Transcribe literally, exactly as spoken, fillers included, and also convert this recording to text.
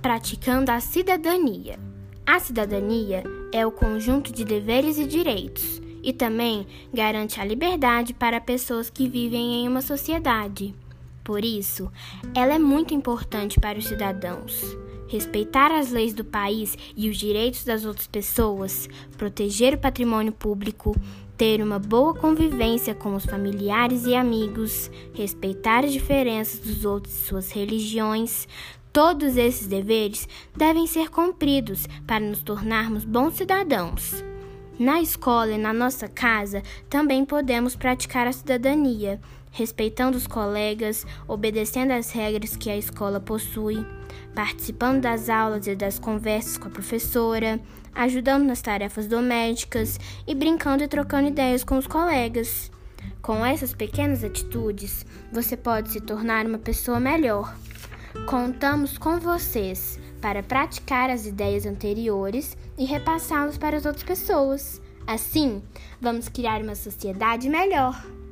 Praticando a cidadania. A cidadania é o conjunto de deveres e direitos e também garante a liberdade para pessoas que vivem em uma sociedade. Por isso, ela é muito importante para os cidadãos. Respeitar as leis do país e os direitos das outras pessoas, proteger o patrimônio público, ter uma boa convivência com os familiares e amigos, respeitar as diferenças dos outros e suas religiões. Todos esses deveres devem ser cumpridos para nos tornarmos bons cidadãos. Na escola e na nossa casa também podemos praticar a cidadania, respeitando os colegas, obedecendo às regras que a escola possui, participando das aulas e das conversas com a professora, ajudando nas tarefas domésticas e brincando e trocando ideias com os colegas. Com essas pequenas atitudes, você pode se tornar uma pessoa melhor. Contamos com vocês para praticar as ideias anteriores e repassá-las para as outras pessoas. Assim, vamos criar uma sociedade melhor.